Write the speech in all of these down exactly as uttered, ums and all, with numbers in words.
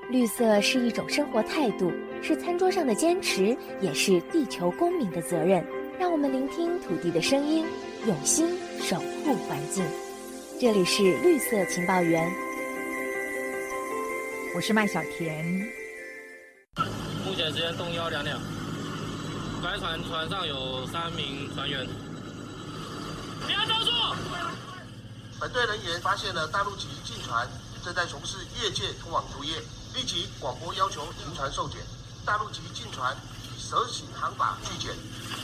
绿色是一种生活态度，是餐桌上的坚持，也是地球公民的责任。让我们聆听土地的声音，用心守护环境。这里是绿色情报员， 我是麦小甜。 目前时间动幺两两，该船船上有三名船员。平安招数。 本队人员发现了大陆籍进船正在从事越界通往作业，立即广播要求停船受检。大陆籍进船以蛇形航法拒检。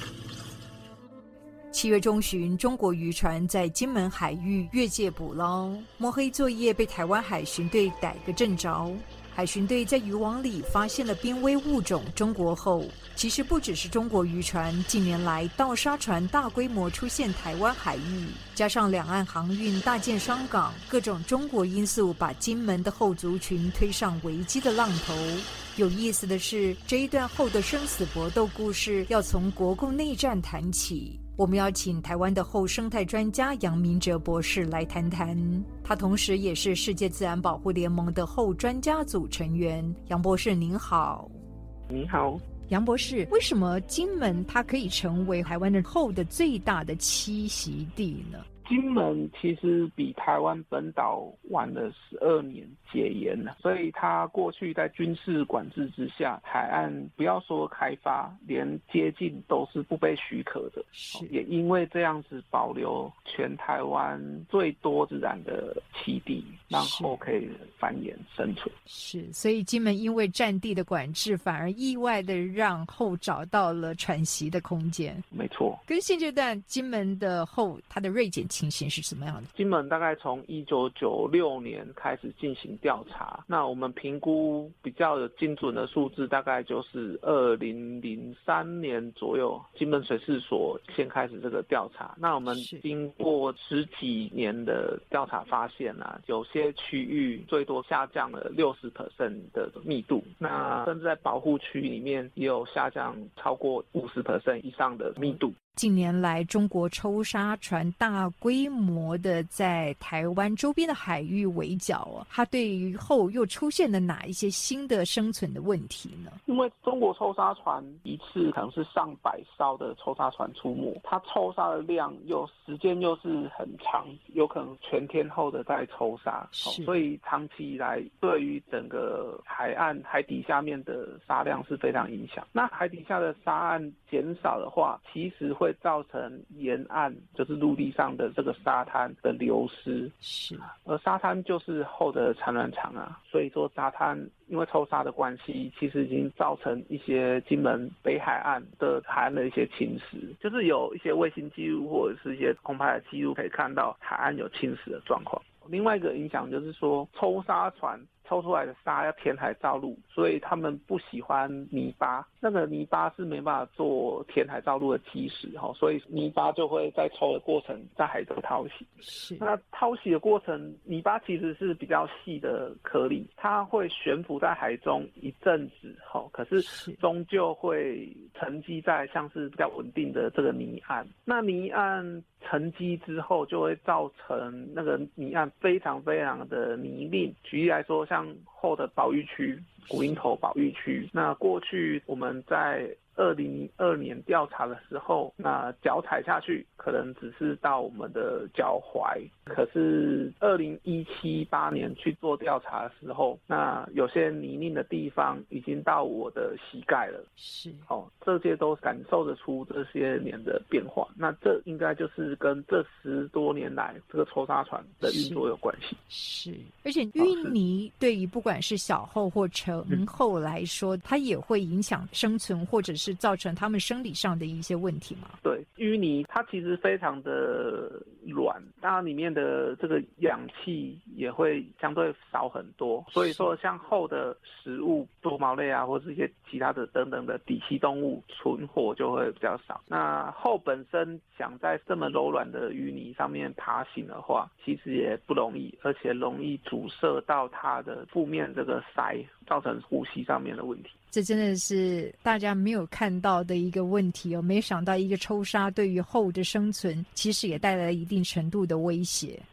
七月中旬，中国渔船在金门海域越界捕捞，摸黑作业被台湾海巡队逮个正着。海巡队在渔网里发现了濒危物种中国后。其实不只是中国渔船，近年来盗沙船大规模出现台湾海域，加上两岸航运大建商港，各种中国因素把金门的后族群推上危机的浪头。有意思的是，这一段后的生死搏斗故事要从国共内战谈起。我们要请台湾的后生态专家杨明哲博士来谈谈，他同时也是世界自然保护联盟的后专家组成员。杨博士您好。 你好。 杨博士，为什么金门它可以成为台湾的后的最大的栖息地呢？ 金门其实比台湾本岛晚了十二年解严了，所以它过去在军事管制之下，海岸不要说开发，连接近都是不被许可的。 是， 也因为这样子保留全台湾最多自然的栖地，让后可以繁衍生存。 是，所以金门因为战地的管制，反而意外的让后找到了喘息的空间。 没错。 跟现阶段金门的后它的锐减情形是什么样的？ 金门大概从一九九六年开始进行调查，那我们评估比较有精准的数字，大概就是二零零三年左右，金门水事所先开始这个调查。那我们经过十几年的调查发现啊，有些区域最多下降了 百分之六十 的密度，那甚至在保护区里面也有下降超过 百分之五十 以上的密度。 近年来，中国抽沙船大规模的在台湾周边的海域围剿啊，它对于后又出现了哪一些新的生存的问题呢？ 因为中国抽沙船一次可能是上百艘的抽沙船出没，它抽沙的量又时间又是很长，有可能全天候的在抽沙，所以长期以来对于整个海岸海底下面的沙量是非常影响。那海底下的沙岸减少的话，其实会会造成沿岸就是陆地上的这个沙滩的流失， 是， 而沙滩就是后的产卵场啊，所以说沙滩因为抽沙的关系，其实已经造成一些金门北海岸的海岸的一些侵蚀，就是有一些卫星记录或者是一些空拍的记录可以看到海岸有侵蚀的状况。另外一个影响就是说，抽沙船抽出来的沙要填海造陆，所以他们不喜欢泥巴，那个泥巴是没办法做填海造陆的基石，所以泥巴就会在抽的过程在海中淘洗。 是，那淘洗的过程，泥巴其实是比较细的颗粒，它会悬浮在海中一阵子，可是终究会沉积在像是比较稳定的这个泥岸。那泥岸沉积之后，就会造成那个泥岸非常非常的泥泞。举例来说，像后的保育区古林头保育区，那过去我们在二零零二年调查的时候，那脚踩下去可能只是到我们的脚踝，可是二零一七八年去做调查的时候，那有些泥泞的地方已经到我的膝盖了。 是， 哦，这些都感受得出这些年的变化。那这应该就是跟这十多年来这个抽沙船的运作有关系。 是，而且淤泥对于不管是小后或成后来说，嗯、它也会影响生存或者是造成他们生理上的一些问题吗？ 对，淤泥它其实非常的软，它里面的这个氧气也会相对少很多，所以说像后的食物多毛类啊，或者一些其他的等等的底栖动物存活就会比较少。那后本身想在这么柔软的淤泥上面爬行的话，其实也不容易，而且容易阻塞到它的负面这个鳃，造成呼吸上面的问题。 这真的是大家没有看到的一个问题哦！没想到一个抽沙对于后的生存，其实也带来了一定程度的威胁。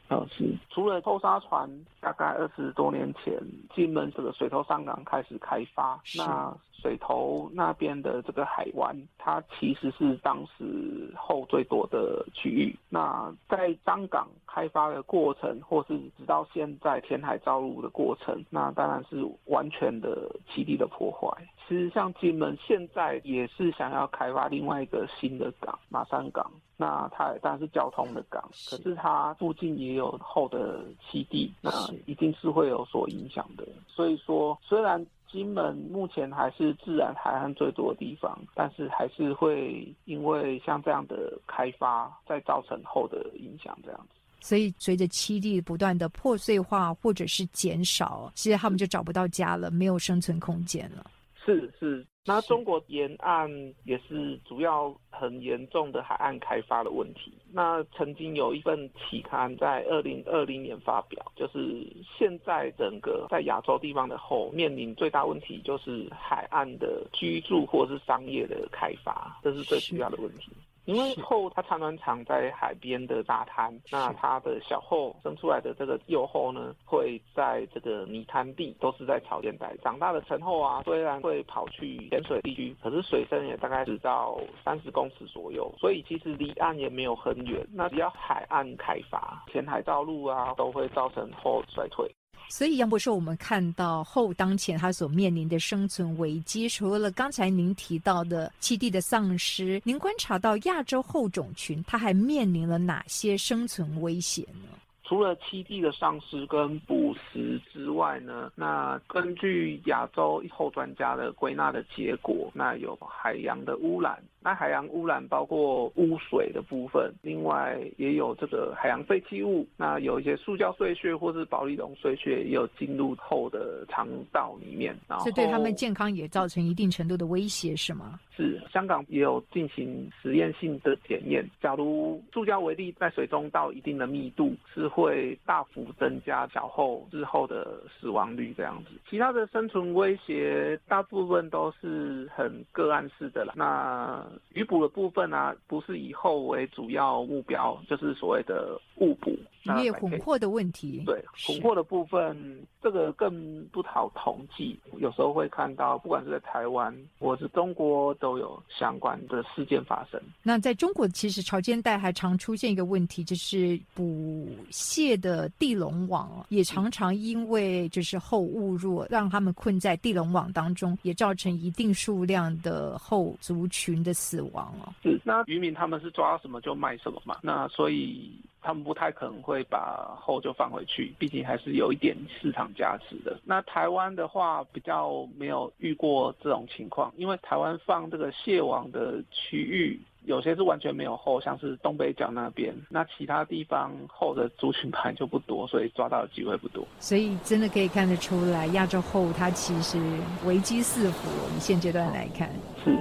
呃，是除了后沙船，大概二十多年前，金门这个水头上港开始开发，那水头那边的这个海湾，它其实是当时后最多的区域。那在彰港开发的过程，或是直到现在填海造陆的过程，那当然是完全的栖地的破坏。其实像金门现在也是想要开发另外一个新的港，马山港。那它当然是交通的港，可是它附近也有后的栖地，那一定是会有所影响的。所以说，虽然金门目前还是自然海岸最多的地方，但是还是会因为像这样的开发，再造成后的影响这样子。 所以随着栖地不断的破碎化或者是减少，其实他们就找不到家了，没有生存空间了。 是是，那中国沿岸也是主要很严重的海岸开发的问题。那曾经有一份期刊在二零二零年发表，就是现在整个在亚洲地方的后面临最大问题就是海岸的居住或是商业的开发，这是最主要的问题。因为后它产卵场在海边的大滩，那它的小后生出来的这个幼后呢，会在这个泥滩地，都是在潮间带长大的成后啊，虽然会跑去浅水地区，可是水深也大概只到三十公尺左右，所以其实离岸也没有很远。那只要海岸开发、填海造陆啊，都会造成后衰退。 所以杨博士，我们看到后当前它所面临的生存危机，除了刚才您提到的栖地的丧失，您观察到亚洲后种群它还面临了哪些生存威胁呢？ 除了栖地的丧失跟捕食之外呢，那根据亚洲后专家的归纳的结果，那有海洋的污染。那海洋污染包括污水的部分，另外也有这个海洋废弃物，那有一些塑胶碎屑或是保丽龙碎屑也有进入后的肠道里面，然后这对他们健康也造成一定程度的威胁，是吗？ 是，香港也有进行实验性的检验，假如塑胶微粒在水中到一定的密度，是会大幅增加小后之后的死亡率这样子。其他的生存威胁大部分都是很个案式的啦。那渔捕的部分啊，不是以后为主要目标，就是所谓的误捕。 渔业混获的问题， 对，混获的部分，这个更不好统计。有时候会看到，不管是在台湾或是中国，都有相关的事件发生。 那在中国，其实潮间带还常出现一个问题，就是捕蟹的地笼网也常常因为就是后误入，让他们困在地笼网当中，也造成一定数量的后族群的死亡哦。 是，那渔民他们是抓到什么就卖什么嘛，那所以他们不太可能会把后就放回去，毕竟还是有一点市场价值的。那台湾的话比较没有遇过这种情况，因为台湾放这个蟹网的区域有些是完全没有后，像是东北角那边，那其他地方后的族群盘就不多，所以抓到的机会不多。 所以真的可以看得出来，亚洲后它其实危机四伏，以现阶段来看。 是。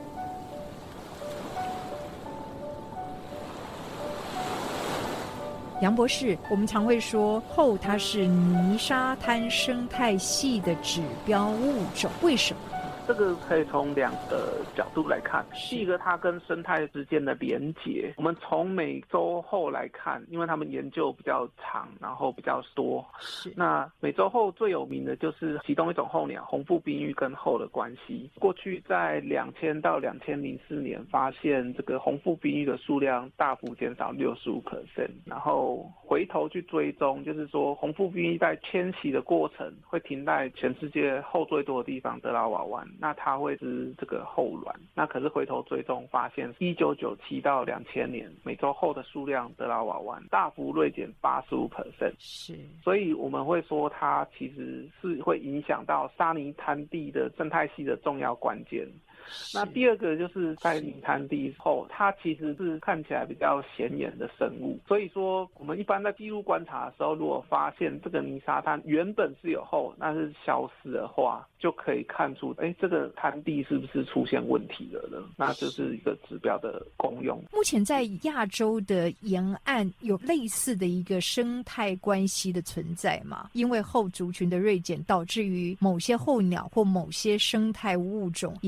杨博士，我们常会说后它是泥沙滩生态系的指标物种，为什么？ 这个可以从两个角度来看。第一个，它跟生态之间的连结。我们从美洲后来看，因为他们研究比较长，然后比较多。是。那美洲后最有名的就是其中一种候鸟红腹滨鹬跟后的关系。过去在两千到两千零四年发现这个红腹滨鹬的数量大幅减少 百分之六十五， 然后回头去追踪，就是说红腹滨鹬在迁徙的过程会停在全世界后最多的地方德拉瓦湾。那它会是这个后卵，那可是回头追踪发现，一九九七到两千年，美洲后的数量德拉瓦湾大幅锐减 百分之八十五。是，所以我们会说它其实是会影响到沙泥滩地的生态系的重要关键。那第二个就是在泥滩地后，它其实是看起来比较显眼的生物，所以说我们一般在记录观察的时候，如果发现这个泥沙滩原本是有后，但是消失的话，就可以看出，哎，这个滩地是不是出现问题了呢？那就是一个指标的功用。 目前在亚洲的沿岸有类似的一个生态关系的存在吗？因为后族群的锐减，导致于某些候鸟或某些生态物种也跟着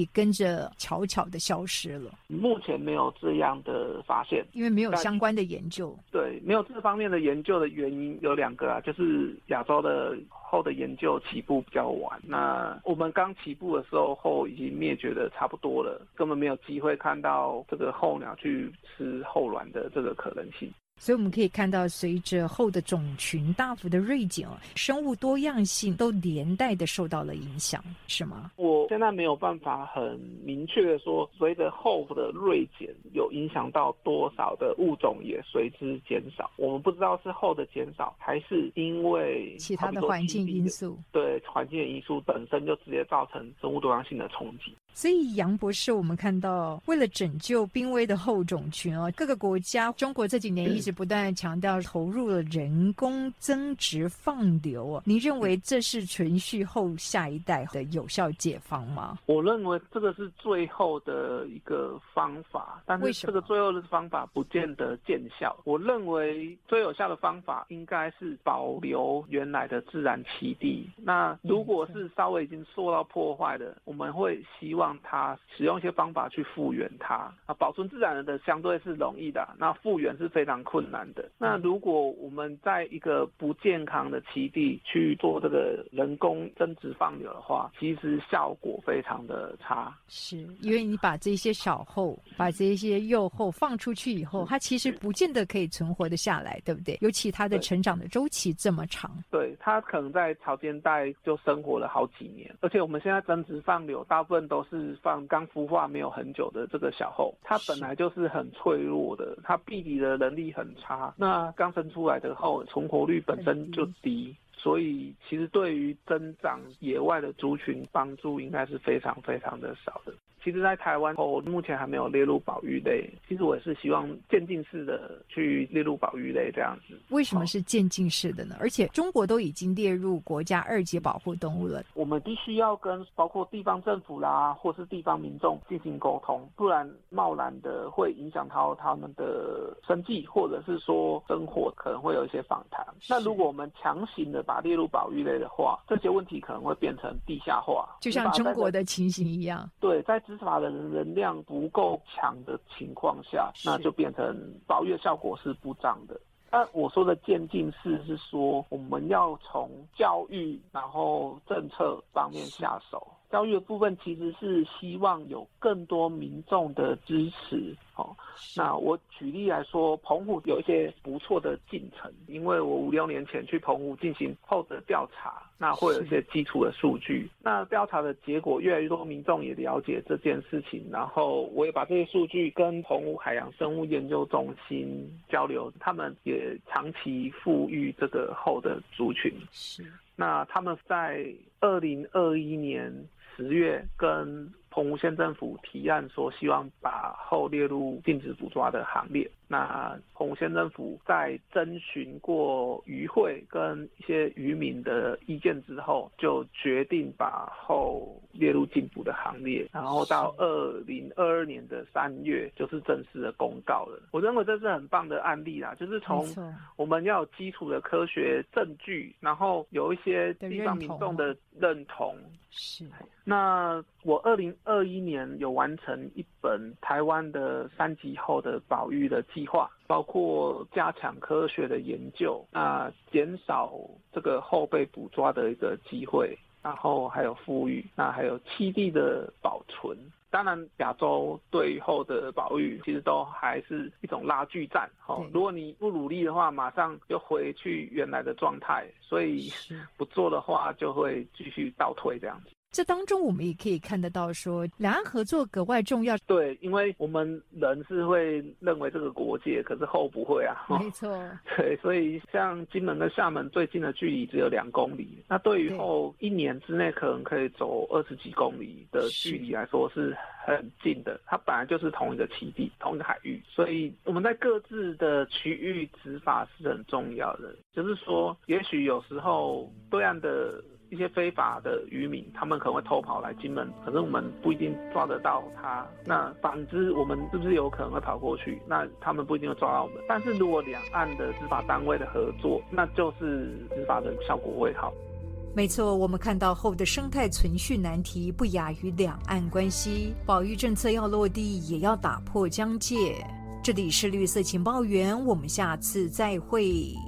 着悄悄的消失了？ 目前没有这样的发现， 因为没有相关的研究。 对，没有这方面的研究的原因有两个啊，就是亚洲的后的研究起步比较晚，那我们刚起步的时候后已经灭绝的差不多了，根本没有机会看到这个候鸟去吃后卵的这个可能性。 所以我们可以看到，随着后的种群大幅的锐减，生物多样性都连带的受到了影响，是吗？ 我现在没有办法很明确的说，随着后的锐减有影响到多少的物种也随之减少。我们不知道是后的减少，还是因为其他的环境因素， 对环境的因素本身就直接造成生物多样性的冲击。 所以杨博士，我们看到为了拯救濒危的后种群哦，各个国家，中国这几年一直不断强调投入了人工增殖放流哦。您认为这是存续后下一代的有效解方吗？ 我认为这个是最后的一个方法，但是这个最后的方法不见得见效。我认为最有效的方法应该是保留原来的自然栖地。那如果是稍微已经受到破坏的，我们会希望它使用一些方法去复原它。啊，保存自然的相对是容易的，那复原是非常困难的。那如果我们在一个不健康的栖地去做这个人工增殖放流的话，其实效果非常的差。 是因为你把这些小后把这些幼后放出去以后，它其实不见得可以存活的下来，对不对？尤其它的成长的周期这么长。 对，它可能在潮间带就生活了好几年，而且我们现在增殖放流大部分都是放刚孵化没有很久的这个小后，它本来就是很脆弱的，它避敌的能力很差，那刚生出来的后存活率本身就低，所以其实对于增长野外的族群帮助应该是非常非常的少的。其实在台湾后目前还没有列入保育类，其实我也是希望渐进式的去列入保育类这样子。 为什么是渐进式的呢？而且中国都已经列入国家二级保护动物了， 我们必须要跟包括地方政府啦或是地方民众进行沟通，不然贸然的会影响到他们的生计，或者是说生活可能会有一些反弹。那如果我们强行的把列入保育类的话，这些问题可能会变成地下化， 就像中国的情形一样。 对，在执法的能量不够强的情况下，那就变成保育的效果是不彰的。那我说的渐进式是说，我们要从教育然后政策方面下手。教育的部分其实是希望有更多民众的支持。哦，那我举例来说，澎湖有一些不错的进程，因为我五六年前去澎湖进行后的调查，那会有一些基础的数据。那调查的结果，越来越多民众也了解这件事情，然后我也把这些数据跟澎湖海洋生物研究中心交流，他们也长期富裕这个后的族群。 是， 那他们在二零二一年十月跟澎湖县政府提案说，希望把后列入禁止捕抓的行列。那澎湖县政府在征询过渔会跟一些渔民的意见之后，就决定把后列入禁捕的行列，然后到二零二二年的三月就是正式的公告了。我认为这是很棒的案例啦，就是从我们要有基础的科学证据，然后有一些地方民众的认同。 是， 那我二零二一年有完成一本台湾的三级后的保育的计划，包括加强科学的研究，那减少这个后被捕抓的一个机会，然后还有富裕，那还有栖地的保存。当然亚洲对后的保育其实都还是一种拉锯战、哦、如果你不努力的话，马上就回去原来的状态，所以不做的话就会继续倒退这样子。 这当中我们也可以看得到说，两岸合作格外重要。 对，因为我们人是会认为这个国界，可是后不会啊。 没错。 对，所以像金门跟厦门最近的距离只有两公里，那对于后一年之内可能可以走二十几公里的距离来说是很近的。它本来就是同一个栖地，同一个海域，所以我们在各自的区域执法是很重要的。就是说，也许有时候对岸的一些非法的渔民，他们可能会偷跑来金门，可是我们不一定抓得到他。那反之，我们是不是有可能会跑过去？那他们不一定会抓到我们。但是如果两岸的执法单位的合作，那就是执法的效果会好。 没错，我们看到后的生态存续难题不亚于两岸关系，保育政策要落地，也要打破疆界。这里是绿色情报员，我们下次再会。